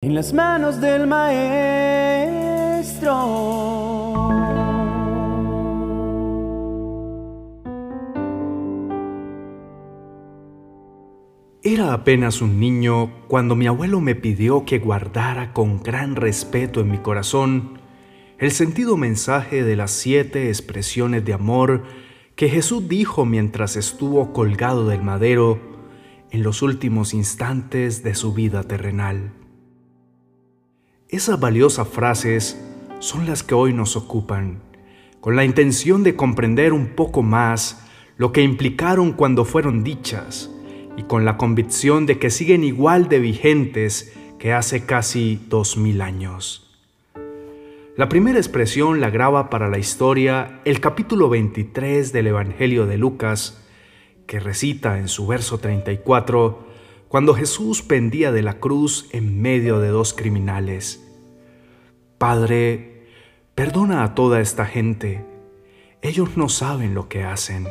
en las manos del Maestro. Era apenas un niño cuando mi abuelo me pidió que guardara con gran respeto en mi corazón el sentido mensaje de las 7 expresiones de amor que Jesús dijo mientras estuvo colgado del madero en los últimos instantes de su vida terrenal. Esas valiosas frases son las que hoy nos ocupan, con la intención de comprender un poco más lo que implicaron cuando fueron dichas, y con la convicción de que siguen igual de vigentes que hace casi 2000 años. La primera expresión la graba para la historia el capítulo 23 del Evangelio de Lucas, que recita en su verso 34, cuando Jesús pendía de la cruz en medio de 2 criminales. Padre, perdona a toda esta gente, ellos no saben lo que hacen.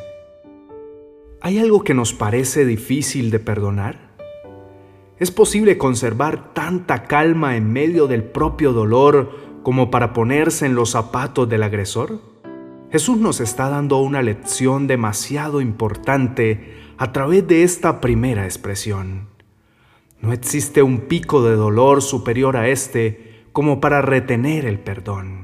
¿Hay algo que nos parece difícil de perdonar? ¿Es posible conservar tanta calma en medio del propio dolor como para ponerse en los zapatos del agresor? Jesús nos está dando una lección demasiado importante a través de esta primera expresión. No existe un pico de dolor superior a este como para retener el perdón.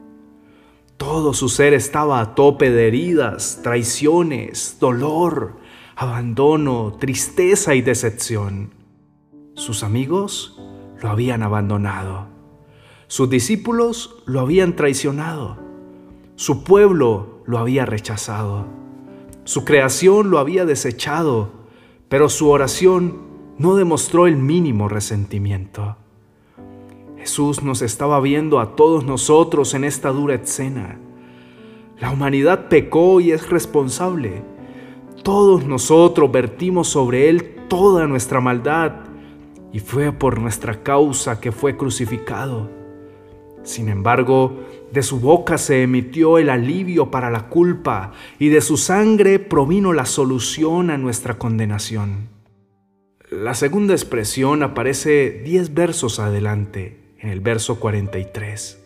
Todo su ser estaba a tope de heridas, traiciones, dolor, abandono, tristeza y decepción. Sus amigos lo habían abandonado. Sus discípulos lo habían traicionado. Su pueblo lo había rechazado. Su creación lo había desechado, pero su oración no demostró el mínimo resentimiento. Jesús nos estaba viendo a todos nosotros en esta dura escena. La humanidad pecó y es responsable. Todos nosotros vertimos sobre Él toda nuestra maldad y fue por nuestra causa que fue crucificado. Sin embargo, de su boca se emitió el alivio para la culpa y de su sangre provino la solución a nuestra condenación. La segunda expresión aparece 10 versos adelante, en el verso 43.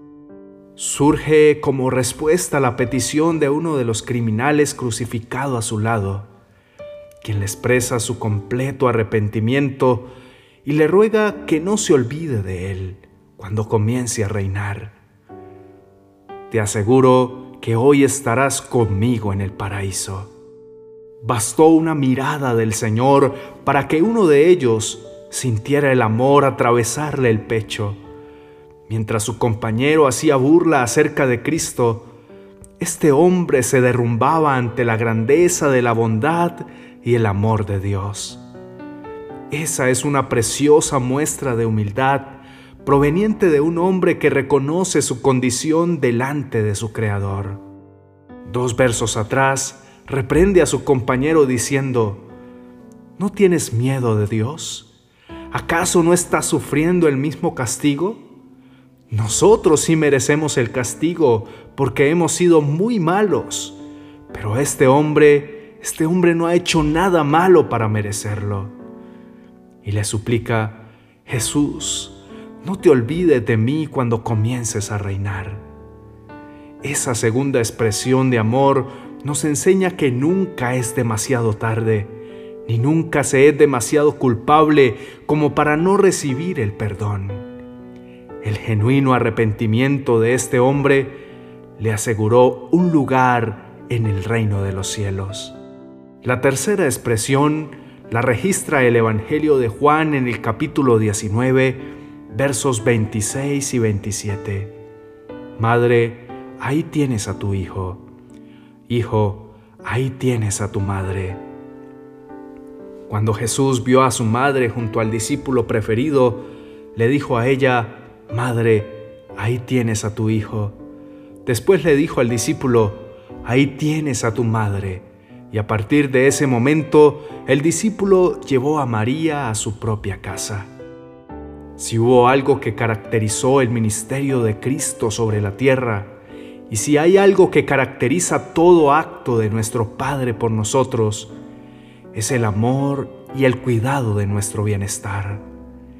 Surge como respuesta a la petición de uno de los criminales crucificado a su lado, quien le expresa su completo arrepentimiento y le ruega que no se olvide de él cuando comience a reinar. Te aseguro que hoy estarás conmigo en el paraíso. Bastó una mirada del Señor para que uno de ellos sintiera el amor atravesarle el pecho. Mientras su compañero hacía burla acerca de Cristo, este hombre se derrumbaba ante la grandeza de la bondad y el amor de Dios. Esa es una preciosa muestra de humildad proveniente de un hombre que reconoce su condición delante de su Creador. 2 versos atrás, reprende a su compañero diciendo: ¿No tienes miedo de Dios? ¿Acaso no estás sufriendo el mismo castigo? Nosotros sí merecemos el castigo porque hemos sido muy malos, pero este hombre no ha hecho nada malo para merecerlo. Y le suplica: Jesús, no te olvides de mí cuando comiences a reinar. Esa segunda expresión de amor nos enseña que nunca es demasiado tarde, ni nunca se es demasiado culpable como para no recibir el perdón. El genuino arrepentimiento de este hombre le aseguró un lugar en el reino de los cielos. La tercera expresión la registra el Evangelio de Juan en el capítulo 19, versos 26 y 27. Madre, ahí tienes a tu hijo. Hijo, ahí tienes a tu madre. Cuando Jesús vio a su madre junto al discípulo preferido, le dijo a ella: Madre, ahí tienes a tu hijo. Después le dijo al discípulo: Ahí tienes a tu madre. Y a partir de ese momento, el discípulo llevó a María a su propia casa. Si hubo algo que caracterizó el ministerio de Cristo sobre la tierra, y si hay algo que caracteriza todo acto de nuestro Padre por nosotros, es el amor y el cuidado de nuestro bienestar.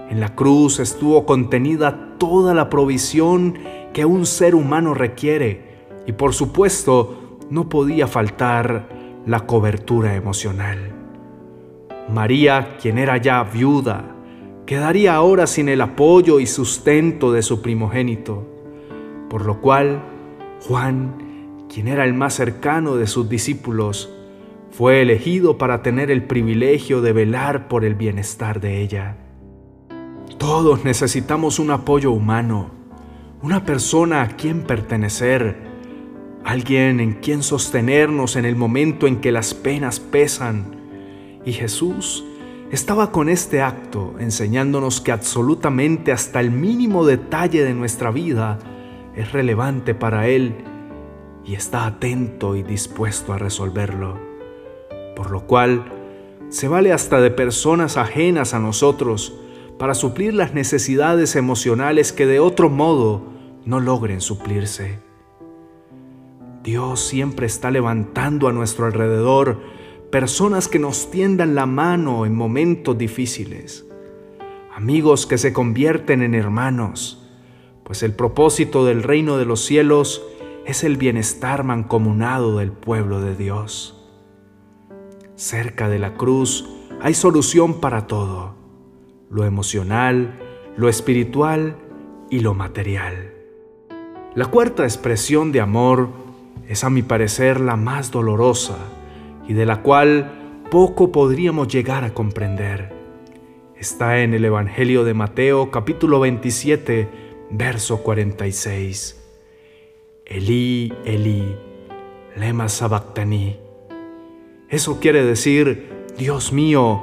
En la cruz estuvo contenida toda la provisión que un ser humano requiere y por supuesto no podía faltar la cobertura emocional. María, quien era ya viuda, quedaría ahora sin el apoyo y sustento de su primogénito, por lo cual Juan, quien era el más cercano de sus discípulos, fue elegido para tener el privilegio de velar por el bienestar de ella. Todos necesitamos un apoyo humano, una persona a quien pertenecer, alguien en quien sostenernos en el momento en que las penas pesan. Y Jesús estaba con este acto enseñándonos que absolutamente hasta el mínimo detalle de nuestra vida es relevante para Él y está atento y dispuesto a resolverlo. Por lo cual, se vale hasta de personas ajenas a nosotros para suplir las necesidades emocionales que de otro modo no logren suplirse. Dios siempre está levantando a nuestro alrededor personas que nos tiendan la mano en momentos difíciles, amigos que se convierten en hermanos, pues el propósito del reino de los cielos es el bienestar mancomunado del pueblo de Dios. Cerca de la cruz hay solución para todo, lo emocional, lo espiritual y lo material. La cuarta expresión de amor es, a mi parecer, la más dolorosa y de la cual poco podríamos llegar a comprender. Está en el Evangelio de Mateo, capítulo 27, verso 46. Elí, Elí, lema sabactani. Eso quiere decir, Dios mío,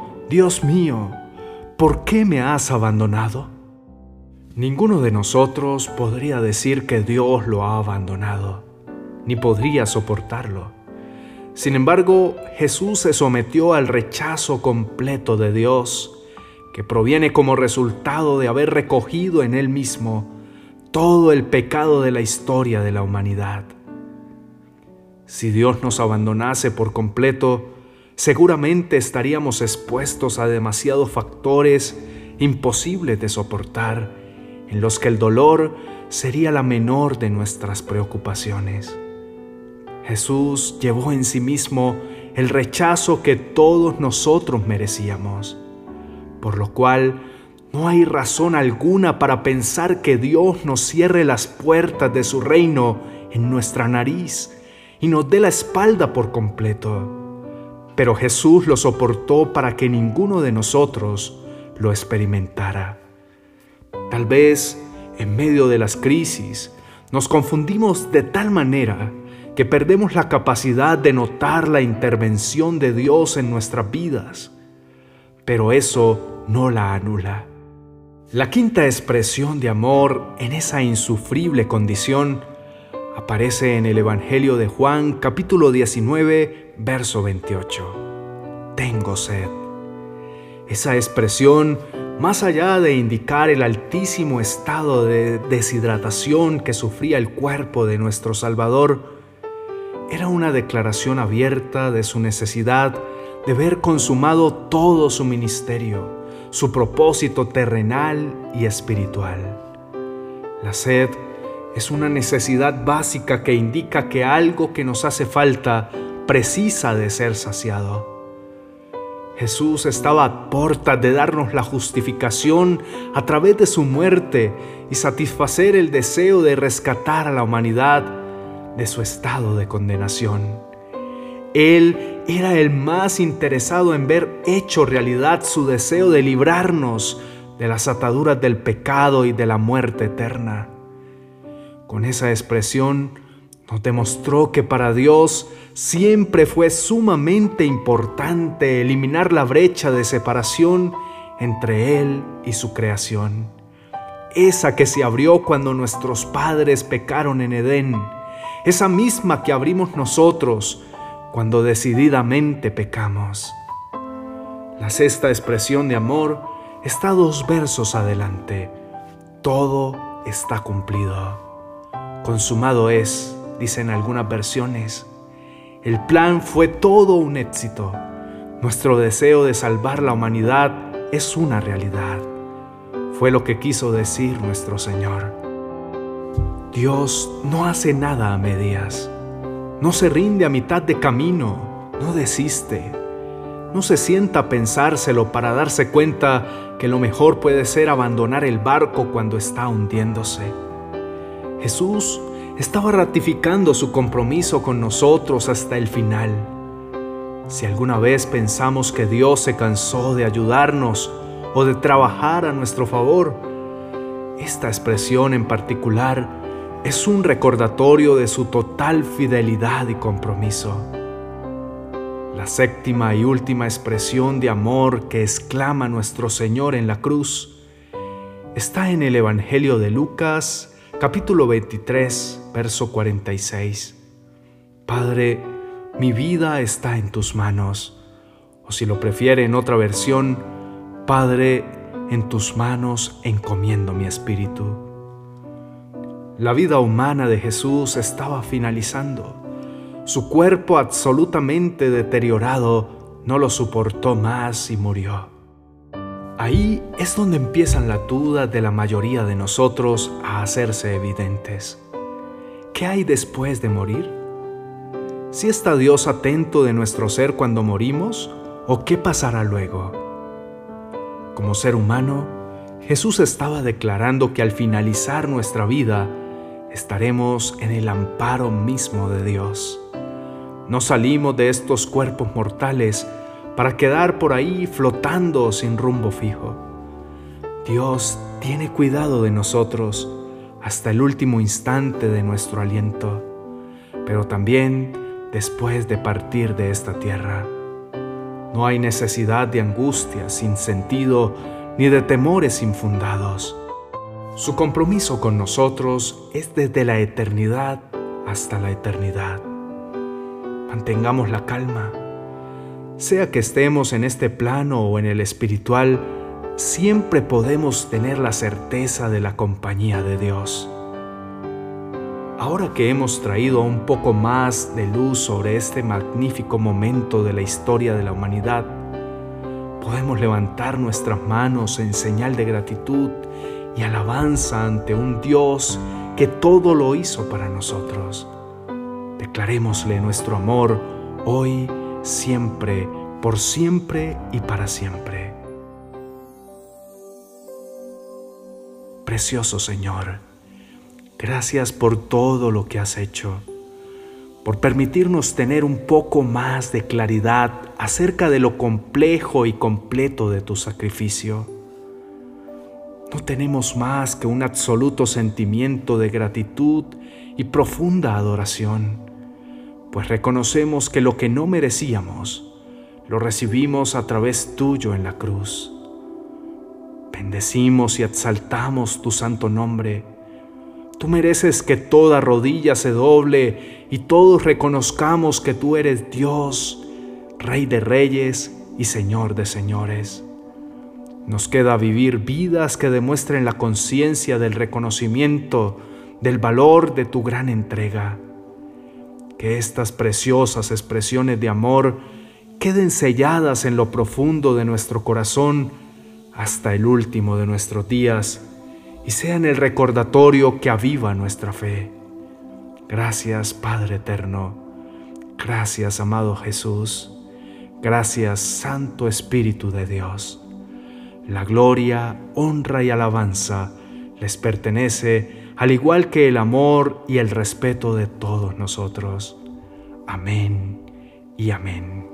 ¿por qué me has abandonado? Ninguno de nosotros podría decir que Dios lo ha abandonado, ni podría soportarlo. Sin embargo, Jesús se sometió al rechazo completo de Dios, que proviene como resultado de haber recogido en Él mismo todo el pecado de la historia de la humanidad. Si Dios nos abandonase por completo, seguramente estaríamos expuestos a demasiados factores imposibles de soportar, en los que el dolor sería la menor de nuestras preocupaciones. Jesús llevó en sí mismo el rechazo que todos nosotros merecíamos, por lo cual no hay razón alguna para pensar que Dios nos cierre las puertas de su reino en nuestra nariz y nos dé la espalda por completo. Pero Jesús lo soportó para que ninguno de nosotros lo experimentara. Tal vez, en medio de las crisis, nos confundimos de tal manera que perdemos la capacidad de notar la intervención de Dios en nuestras vidas, pero eso no la anula. La quinta expresión de amor en esa insufrible condición aparece en el Evangelio de Juan, capítulo 19, verso 28. Tengo sed. Esa expresión, más allá de indicar el altísimo estado de deshidratación que sufría el cuerpo de nuestro Salvador, era una declaración abierta de su necesidad de ver consumado todo su ministerio, su propósito terrenal y espiritual. La sed es una necesidad básica que indica que algo que nos hace falta precisa de ser saciado. Jesús estaba a puertas de darnos la justificación a través de su muerte y satisfacer el deseo de rescatar a la humanidad de su estado de condenación. Él era el más interesado en ver hecho realidad su deseo de librarnos de las ataduras del pecado y de la muerte eterna. Con esa expresión nos demostró que para Dios siempre fue sumamente importante eliminar la brecha de separación entre Él y su creación, esa que se abrió cuando nuestros padres pecaron en Edén, esa misma que abrimos nosotros cuando decididamente pecamos. La sexta expresión de amor está 2 versos adelante. Todo está cumplido. Consumado es, dicen algunas versiones. El plan fue todo un éxito. Nuestro deseo de salvar la humanidad es una realidad. fue lo que quiso decir nuestro Señor. Dios no hace nada a medias, no se rinde a mitad de camino, no desiste, no se sienta a pensárselo para darse cuenta que lo mejor puede ser abandonar el barco cuando está hundiéndose. Jesús estaba ratificando su compromiso con nosotros hasta el final. Si alguna vez pensamos que Dios se cansó de ayudarnos o de trabajar a nuestro favor, esta expresión en particular es un recordatorio de su total fidelidad y compromiso. La séptima y última expresión de amor que exclama nuestro Señor en la cruz está en el Evangelio de Lucas, capítulo 23, verso 46. Padre, mi vida está en tus manos. O si lo prefiere en otra versión, Padre, en tus manos encomiendo mi espíritu. La vida humana de Jesús estaba finalizando. Su cuerpo absolutamente deteriorado no lo soportó más y murió. Ahí es donde empiezan las dudas de la mayoría de nosotros a hacerse evidentes. ¿Qué hay después de morir? ¿Sí está Dios atento de nuestro ser cuando morimos o qué pasará luego? Como ser humano, Jesús estaba declarando que al finalizar nuestra vida estaremos en el amparo mismo de Dios. No salimos de estos cuerpos mortales para quedar por ahí flotando sin rumbo fijo. Dios tiene cuidado de nosotros hasta el último instante de nuestro aliento, pero también después de partir de esta tierra. No hay necesidad de angustia sin sentido ni de temores infundados. Su compromiso con nosotros es desde la eternidad hasta la eternidad. Mantengamos la calma. Sea que estemos en este plano o en el espiritual, siempre podemos tener la certeza de la compañía de Dios. Ahora que hemos traído un poco más de luz sobre este magnífico momento de la historia de la humanidad, podemos levantar nuestras manos en señal de gratitud y alabanza ante un Dios que todo lo hizo para nosotros. Declarémosle nuestro amor hoy, siempre, por siempre y para siempre. Precioso Señor, gracias por todo lo que has hecho, por permitirnos tener un poco más de claridad acerca de lo complejo y completo de tu sacrificio. No tenemos más que un absoluto sentimiento de gratitud y profunda adoración, pues reconocemos que lo que no merecíamos, lo recibimos a través tuyo en la cruz. Bendecimos y exaltamos tu santo nombre. Tú mereces que toda rodilla se doble y todos reconozcamos que tú eres Dios, Rey de reyes y Señor de señores. Nos queda vivir vidas que demuestren la conciencia del reconocimiento del valor de tu gran entrega. Que estas preciosas expresiones de amor queden selladas en lo profundo de nuestro corazón hasta el último de nuestros días y sean el recordatorio que aviva nuestra fe. Gracias, Padre eterno. Gracias, amado Jesús. Gracias, Santo Espíritu de Dios. La gloria, honra y alabanza les pertenece, al igual que el amor y el respeto de todos nosotros. Amén y amén.